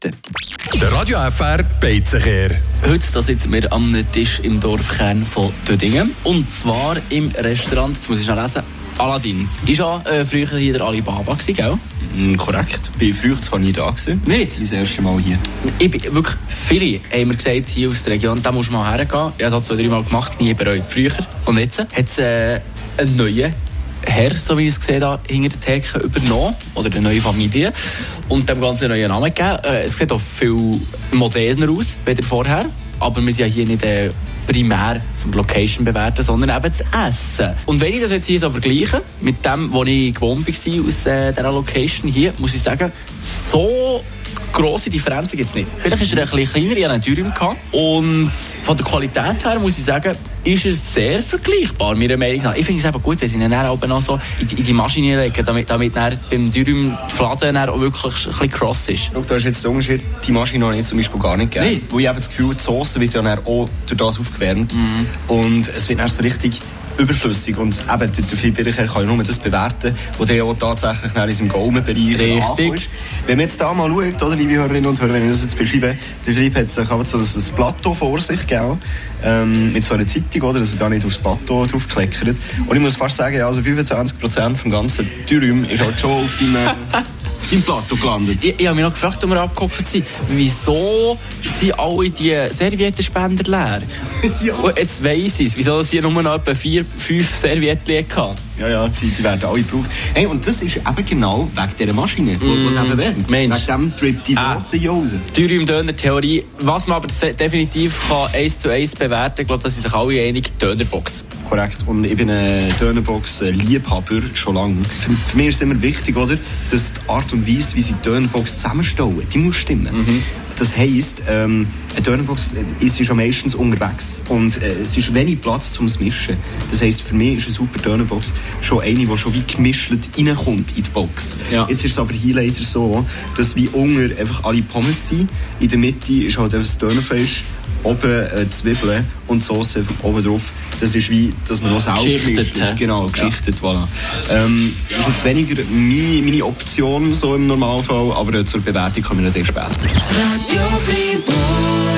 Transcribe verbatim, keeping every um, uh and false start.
Der Radio F R Beizenkehr. Heute da sitzen wir am Tisch im Dorfkern von Dödingen. Und zwar im Restaurant, jetzt muss ich schnell lesen, Aladdin. Ist ja äh, früher hier der Alibaba gewesen, gell? Mm, korrekt. Ich war früher zwar nie da gewesen. Nicht? Das erste Mal hier. Ich bin wirklich, viele haben mir gesagt, hier aus der Region, da musst du mal hergehen. Ich habe das zwei, drei Mal gemacht, nie bereut. Früher. Und jetzt hat es äh, einen neuen Herr, so wie ich es gesehen habe, hinter der Theke übernommen. Oder eine neue Familie. Und dem Ganzen einen neuen Namen gegeben. Äh, es sieht auch viel moderner aus, wie vorher. Aber wir sind ja hier nicht äh, primär zum Location bewerten, sondern eben zu essen. Und wenn ich das jetzt hier so vergleiche mit dem, wo ich gewohnt war aus äh, dieser Location hier, muss ich sagen, so grosse Differenzen gibt es nicht. Vielleicht ist er ein bisschen kleiner, ich hatte einen Dürüm gehabt. Und von der Qualität her muss ich sagen, ist er sehr vergleichbar, meiner Meinung nach. Ich finde es eben gut, wenn sie ihn dann auch noch so in die, in die Maschine legen, damit, damit dann beim Dürüm die Fladen dann auch wirklich ein bisschen cross ist. Schau, da ist jetzt der Unterschied, die Maschine habe ich zum Beispiel gar nicht gegeben. Nee. Wo ich habe das Gefühl, die Sauce wird dann auch durch das aufgewärmt. Mhm. Und es wird dann so richtig überflüssig. Und eben, der, der Philipp Bircher kann ja nur das bewerten, wo der ja tatsächlich in seinem Gaumenbereich Richtig. Wenn man jetzt da mal schaut, oder, liebe Hörerinnen und Hörer, wenn ich das jetzt beschreibe, der Philipp hat sich so ein Plateau vor sich gegeben, ähm, mit so einer Zeitung, oder, dass er da nicht aufs Plateau draufgekleckert. Und ich muss fast sagen, ja, also fünfundzwanzig Prozent vom ganzen Dürüm ist halt schon auf deinem, deinem Plateau gelandet. Ich, ich habe mich noch gefragt, als wir abgeguckt sind, wieso sind alle die Serviettenspender leer? Ja. Und jetzt weiss ich es, wieso sie nur noch etwa vier, fünf Servietten hatten. Ja, ja, die, die werden alle gebraucht. Hey, und das ist eben genau wegen dieser Maschine, wo mm. es eben wärmt. Mensch. Wegen dem trippt die Sauce hier raus. Dürüm-Döner-Theorie. Was man aber definitiv kann eins zu eins bewerten, ich glaube, da sind sich alle einig, Dönerbox. Korrekt. Und ich bin ein Dönerbox-Liebhaber schon lange. Für, für mich ist es immer wichtig, oder, dass die Art und Weise, wie sie die Dönerbox zusammenstellen, die muss stimmen. Mhm. Das heisst, ähm, eine Dönerbox ist ja meistens unterwegs und äh, es ist wenig Platz zum Mischen. Das heisst, für mich ist eine super Dönerbox schon eine, die schon wie gemischt reinkommt in die Box. Ja. Jetzt ist es aber hier leider so, dass wie unter einfach alle Pommes sind. In der Mitte ist halt einfach das Dönerfleisch, oben äh, Zwiebeln und die Sauce oben drauf. Das ist wie, dass man noch selber geschichtet. Genau, geschichtet, ja. Voilà. Ähm, das ist jetzt weniger meine, meine Option so im Normalfall, aber äh, zur Bewertung kommen wir dann später. Radio